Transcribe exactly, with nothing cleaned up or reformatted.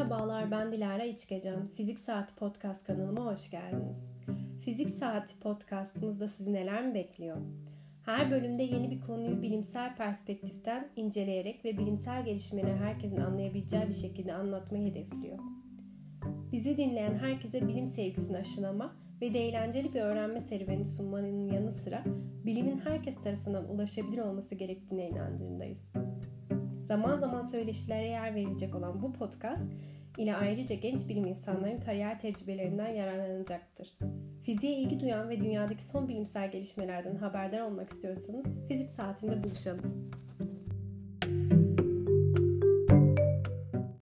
Merhabalar, ben Dilara İçkecan. Fizik Saati Podcast kanalıma hoş geldiniz. Fizik Saati Podcast'ımızda sizi neler mi bekliyor? Her bölümde yeni bir konuyu bilimsel perspektiften inceleyerek ve bilimsel gelişmeleri herkesin anlayabileceği bir şekilde anlatmayı hedefliyor. Bizi dinleyen herkese bilim sevgisini aşılama ve de eğlenceli bir öğrenme serüveni sunmanın yanı sıra bilimin herkes tarafından ulaşabilir olması gerektiğine inancındayız. Zaman zaman söyleşilere yer verilecek olan bu podcast ile ayrıca genç bilim insanlarının kariyer tecrübelerinden yararlanacaktır. Fiziğe ilgi duyan ve dünyadaki son bilimsel gelişmelerden haberdar olmak istiyorsanız Fizik Saati'nde buluşalım.